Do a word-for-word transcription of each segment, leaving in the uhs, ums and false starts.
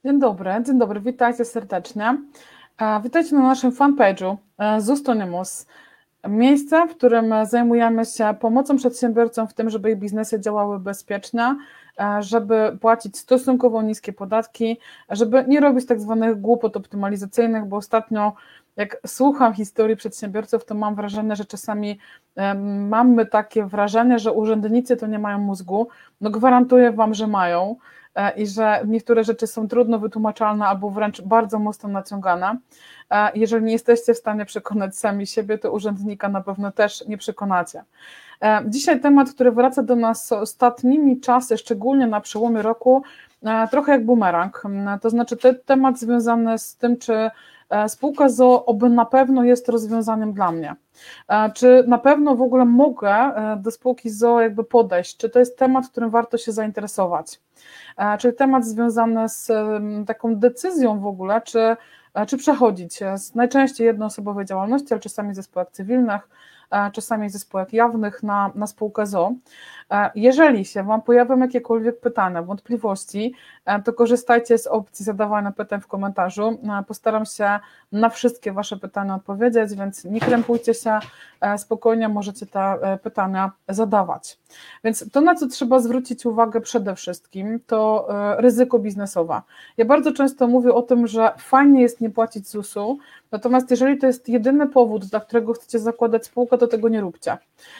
Dzień dobry, dzień dobry, witajcie serdecznie. E, Witajcie na naszym fanpage'u e, Zustonimus. Miejsce, w którym zajmujemy się pomocą przedsiębiorcom w tym, żeby ich biznesy działały bezpiecznie, e, żeby płacić stosunkowo niskie podatki, żeby nie robić tak zwanych głupot optymalizacyjnych, bo ostatnio jak słucham historii przedsiębiorców, to mam wrażenie, że czasami e, mamy takie wrażenie, że urzędnicy to nie mają mózgu. No gwarantuję Wam, że mają i że niektóre rzeczy są trudno wytłumaczalne albo wręcz bardzo mocno naciągane. Jeżeli nie jesteście w stanie przekonać sami siebie, to urzędnika na pewno też nie przekonacie. Dzisiaj temat, który wraca do nas ostatnimi czasy, szczególnie na przełomie roku, trochę jak bumerang, to znaczy ten temat związany z tym, czy spółka z o o oby na pewno jest rozwiązaniem dla mnie. Czy na pewno w ogóle mogę do spółki z o o jakby podejść, czy to jest temat, którym warto się zainteresować, czyli temat związany z taką decyzją w ogóle, czy, czy przechodzić z najczęściej jednoosobowej działalności, ale czasami ze spółek cywilnych, czasami ze spółek jawnych na, na spółkę z o o. Jeżeli się Wam pojawią jakiekolwiek pytania, wątpliwości, to korzystajcie z opcji zadawania pytań w komentarzu. Postaram się na wszystkie Wasze pytania odpowiedzieć, więc nie krępujcie się, spokojnie możecie te pytania zadawać. Więc to, na co trzeba zwrócić uwagę przede wszystkim, to ryzyko biznesowe. Ja bardzo często mówię o tym, że fajnie jest nie płacić zusu, natomiast jeżeli to jest jedyny powód, dla którego chcecie zakładać spółkę, to tego nie róbcie.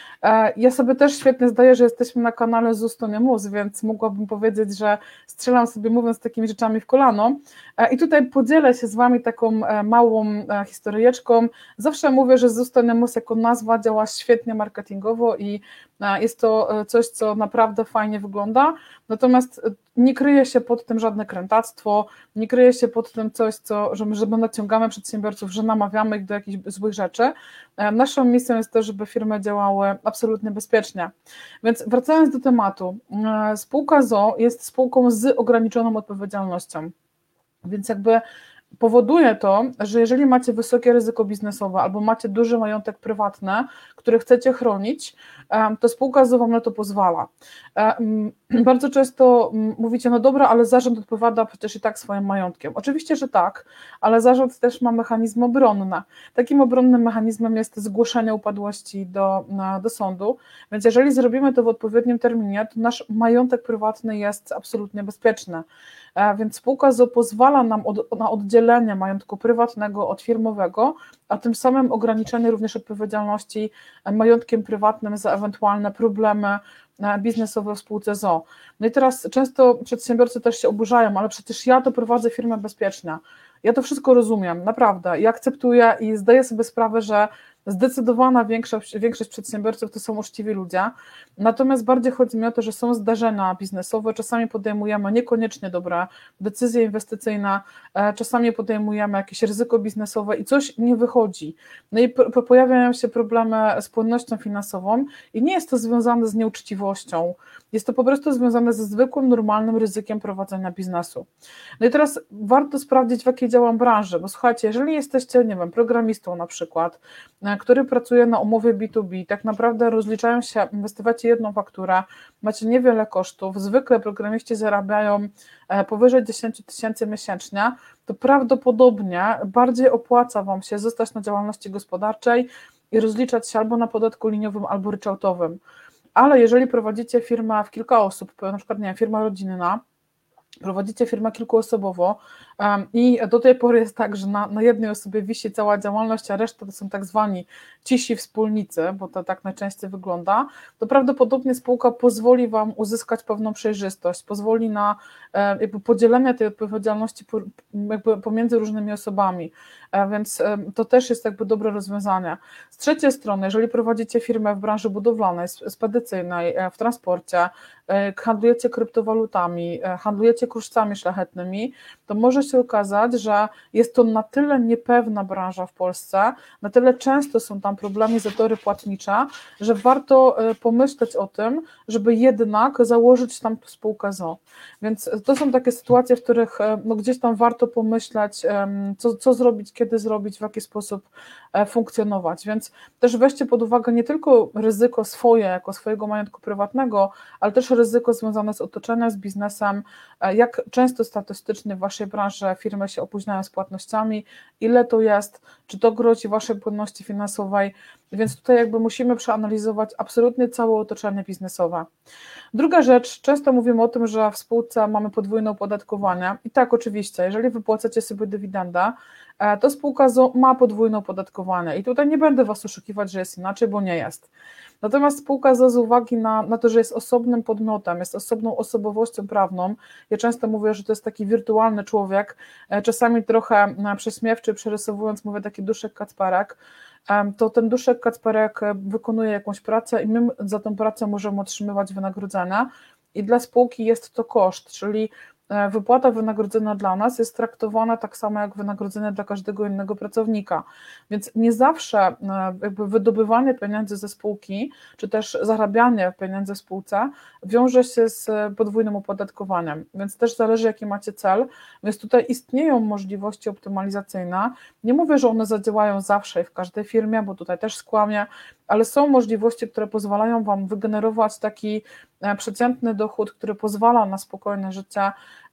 Ja sobie też świetnie zdaję, że jesteśmy na kanale ZUS to nie mus, więc mogłabym powiedzieć, że strzelam sobie mówiąc takimi rzeczami w kolano i tutaj podzielę się z Wami taką małą historyjeczką. Zawsze mówię, że ZUS to nie mus jako nazwa działa świetnie marketingowo i jest to coś, co naprawdę fajnie wygląda, natomiast nie kryje się pod tym żadne krętactwo, nie kryje się pod tym coś, co, że my, że my naciągamy przedsiębiorców, że namawiamy ich do jakichś złych rzeczy. Naszą misją jest to, żeby firmy działały absolutnie bezpiecznie. Więc wracając do tematu, spółka z o o jest spółką z ograniczoną odpowiedzialnością, więc jakby powoduje to, że jeżeli macie wysokie ryzyko biznesowe albo macie duży majątek prywatny, który chcecie chronić, to spółka z o o Wam na to pozwala. Bardzo często mówicie, no dobra, ale zarząd odpowiada przecież i tak swoim majątkiem. Oczywiście, że tak, ale zarząd też ma mechanizmy obronne. Takim obronnym mechanizmem jest zgłoszenie upadłości do, do sądu, więc jeżeli zrobimy to w odpowiednim terminie, to nasz majątek prywatny jest absolutnie bezpieczny. Więc spółka z o o pozwala nam od, na oddzielenie majątku prywatnego od firmowego, a tym samym ograniczenie również odpowiedzialności majątkiem prywatnym za ewentualne problemy biznesowe w spółce z o o. No i teraz często przedsiębiorcy też się oburzają, ale przecież ja to prowadzę firmę bezpiecznie. Ja to wszystko rozumiem, naprawdę, i akceptuję i zdaję sobie sprawę, że zdecydowana większość, większość przedsiębiorców to są uczciwi ludzie, natomiast bardziej chodzi mi o to, że są zdarzenia biznesowe, czasami podejmujemy niekoniecznie dobre decyzje inwestycyjne, czasami podejmujemy jakieś ryzyko biznesowe i coś nie wychodzi. No i pojawiają się problemy z płynnością finansową i nie jest to związane z nieuczciwością, jest to po prostu związane ze zwykłym, normalnym ryzykiem prowadzenia biznesu. No i teraz warto sprawdzić, w jakiej działam branży, bo słuchajcie, jeżeli jesteście, nie wiem, programistą na przykład, który pracuje na umowie B dwa B, tak naprawdę rozliczają się, wystawiacie jedną fakturę, macie niewiele kosztów, zwykle programiści zarabiają powyżej dziesięć tysięcy miesięcznie, to prawdopodobnie bardziej opłaca Wam się zostać na działalności gospodarczej i rozliczać się albo na podatku liniowym, albo ryczałtowym. Ale jeżeli prowadzicie firmę w kilka osób, na przykład nie wiem, firma rodzinna, prowadzicie firmę kilkuosobową i do tej pory jest tak, że na, na jednej osobie wisi cała działalność, a reszta to są tak zwani cisi wspólnicy, bo to tak najczęściej wygląda, to prawdopodobnie spółka pozwoli Wam uzyskać pewną przejrzystość, pozwoli na jakby podzielenie tej odpowiedzialności jakby pomiędzy różnymi osobami, więc to też jest jakby dobre rozwiązanie. Z trzeciej strony, jeżeli prowadzicie firmę w branży budowlanej, spedycyjnej, w transporcie, handlujecie kryptowalutami, handlujecie kruszcami szlachetnymi, to może się okazać, że jest to na tyle niepewna branża w Polsce, na tyle często są tam problemy, zatory płatnicze, że warto pomyśleć o tym, żeby jednak założyć tam spółkę z o o. Więc to są takie sytuacje, w których no, gdzieś tam warto pomyśleć, co, co zrobić, kiedy zrobić, w jaki sposób funkcjonować. Więc też weźcie pod uwagę nie tylko ryzyko swoje, jako swojego majątku prywatnego, ale też Wasze ryzyko związane z otoczeniem, z biznesem, jak często statystycznie w Waszej branży firmy się opóźniają z płatnościami, ile to jest, czy to grozi Waszej płynności finansowej, więc tutaj jakby musimy przeanalizować absolutnie całe otoczenie biznesowe. Druga rzecz, często mówimy o tym, że w spółce mamy podwójne opodatkowanie i tak oczywiście, jeżeli wypłacacie sobie dywidendę, to spółka z o o ma podwójne opodatkowanie i tutaj nie będę Was oszukiwać, że jest inaczej, bo nie jest. Natomiast spółka z o o z uwagi na, na to, że jest osobnym podmiotem, jest osobną osobowością prawną, ja często mówię, że to jest taki wirtualny człowiek, czasami trochę prześmiewczy, przerysowując mówię taki Duszek Kacperek, to ten Duszek Kacperek wykonuje jakąś pracę i my za tą pracę możemy otrzymywać wynagrodzenia i dla spółki jest to koszt, czyli wypłata wynagrodzenia dla nas jest traktowana tak samo jak wynagrodzenie dla każdego innego pracownika, więc nie zawsze jakby wydobywanie pieniędzy ze spółki, czy też zarabianie pieniędzy w spółce wiąże się z podwójnym opodatkowaniem, więc też zależy jaki macie cel, więc tutaj istnieją możliwości optymalizacyjne, nie mówię, że one zadziałają zawsze i w każdej firmie, bo tutaj też skłamię, ale są możliwości, które pozwalają Wam wygenerować taki przeciętny dochód, który pozwala na spokojne życie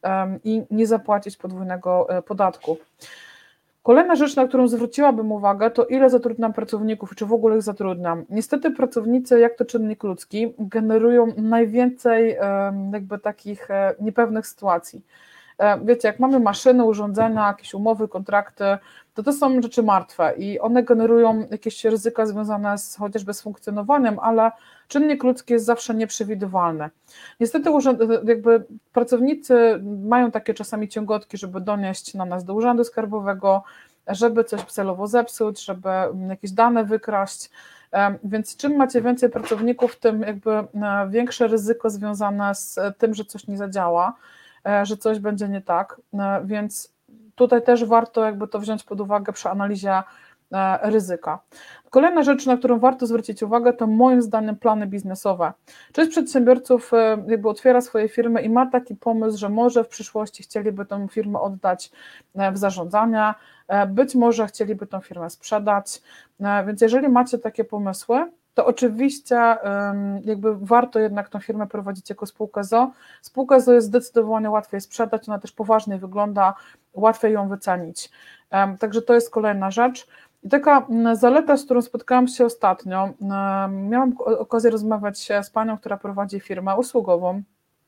i nie zapłacić podwójnego podatku. Kolejna rzecz, na którą zwróciłabym uwagę, to ile zatrudniam pracowników, czy w ogóle ich zatrudniam. Niestety pracownicy, jak to czynnik ludzki, generują najwięcej jakby takich niepewnych sytuacji. Wiecie, jak mamy maszyny, urządzenia, jakieś umowy, kontrakty, to to są rzeczy martwe i one generują jakieś ryzyka związane z, chociażby z funkcjonowaniem, ale czynnik ludzki jest zawsze nieprzewidywalny. Niestety jakby pracownicy mają takie czasami ciągotki, żeby donieść na nas do urzędu skarbowego, żeby coś celowo zepsuć, żeby jakieś dane wykraść, więc czym macie więcej pracowników, tym jakby większe ryzyko związane z tym, że coś nie zadziała, że coś będzie nie tak, więc tutaj też warto jakby to wziąć pod uwagę przy analizie ryzyka. Kolejna rzecz, na którą warto zwrócić uwagę, to moim zdaniem plany biznesowe. Część przedsiębiorców jakby otwiera swoje firmy i ma taki pomysł, że może w przyszłości chcieliby tę firmę oddać w zarządzanie, być może chcieliby tę firmę sprzedać, więc jeżeli macie takie pomysły, to oczywiście jakby warto jednak tę firmę prowadzić jako spółkę z o o. Spółkę z o o jest zdecydowanie łatwiej sprzedać, ona też poważniej wygląda, łatwiej ją wycenić. Także to jest kolejna rzecz. I taka zaleta, z którą spotkałam się ostatnio, miałam okazję rozmawiać z panią, która prowadzi firmę usługową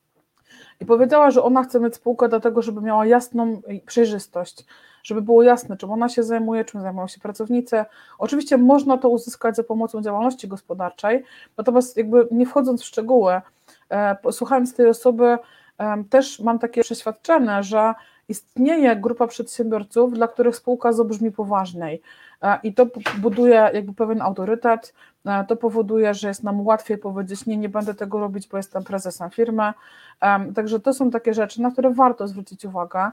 i powiedziała, że ona chce mieć spółkę dlatego, żeby miała jasną przejrzystość, żeby było jasne, czym ona się zajmuje, czym zajmują się pracownicy. Oczywiście można to uzyskać za pomocą działalności gospodarczej, natomiast jakby nie wchodząc w szczegóły, słuchając tej osoby, też mam takie przeświadczenie, że istnieje grupa przedsiębiorców, dla których spółka z o o brzmi poważniej i to buduje jakby pewien autorytet, to powoduje, że jest nam łatwiej powiedzieć, nie, nie będę tego robić, bo jestem prezesem firmy, także to są takie rzeczy, na które warto zwrócić uwagę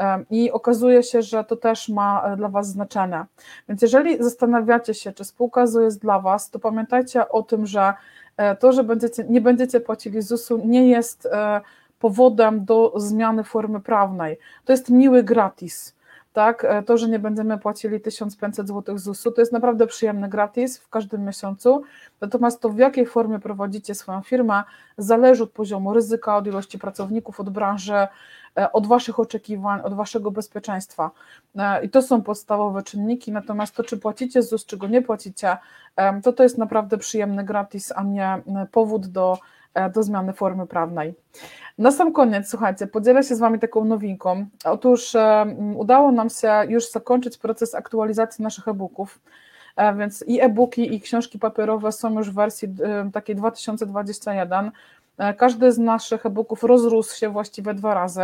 i okazuje się, że to też ma dla Was znaczenie, więc jeżeli zastanawiacie się, czy spółka z o o jest dla Was, to pamiętajcie o tym, że to, że będziecie, nie będziecie płacili zusu, nie jest powodem do zmiany formy prawnej. To jest miły gratis. Tak? To, że nie będziemy płacili tysiąc pięćset złotych zusu, to jest naprawdę przyjemny gratis w każdym miesiącu, natomiast to, w jakiej formie prowadzicie swoją firmę, zależy od poziomu ryzyka, od ilości pracowników, od branży, od Waszych oczekiwań, od Waszego bezpieczeństwa. I to są podstawowe czynniki, natomiast to, czy płacicie zus, czy go nie płacicie, to to jest naprawdę przyjemny gratis, a nie powód do do zmiany formy prawnej. Na sam koniec, słuchajcie, podzielę się z Wami taką nowinką. Otóż um, udało nam się już zakończyć proces aktualizacji naszych e-booków, e, więc i e-booki, i książki papierowe są już w wersji e, takiej dwa tysiące dwudziestej pierwszej. E, każdy z naszych e-booków rozrósł się właściwie dwa razy.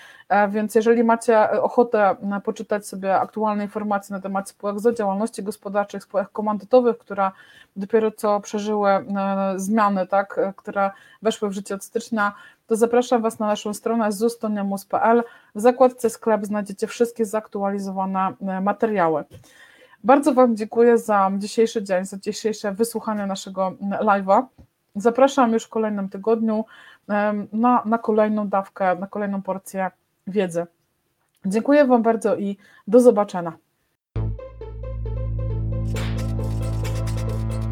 Więc jeżeli macie ochotę poczytać sobie aktualne informacje na temat spółek z o o, działalności gospodarczej, spółek komandytowych, które dopiero co przeżyły zmiany, tak, które weszły w życie od stycznia, to zapraszam Was na naszą stronę zustoniemus kropka p l. W zakładce sklep znajdziecie wszystkie zaktualizowane materiały. Bardzo Wam dziękuję za dzisiejszy dzień, za dzisiejsze wysłuchanie naszego live'a. Zapraszam już w kolejnym tygodniu na, na kolejną dawkę, na kolejną porcję wiedzy. Dziękuję Wam bardzo i do zobaczenia.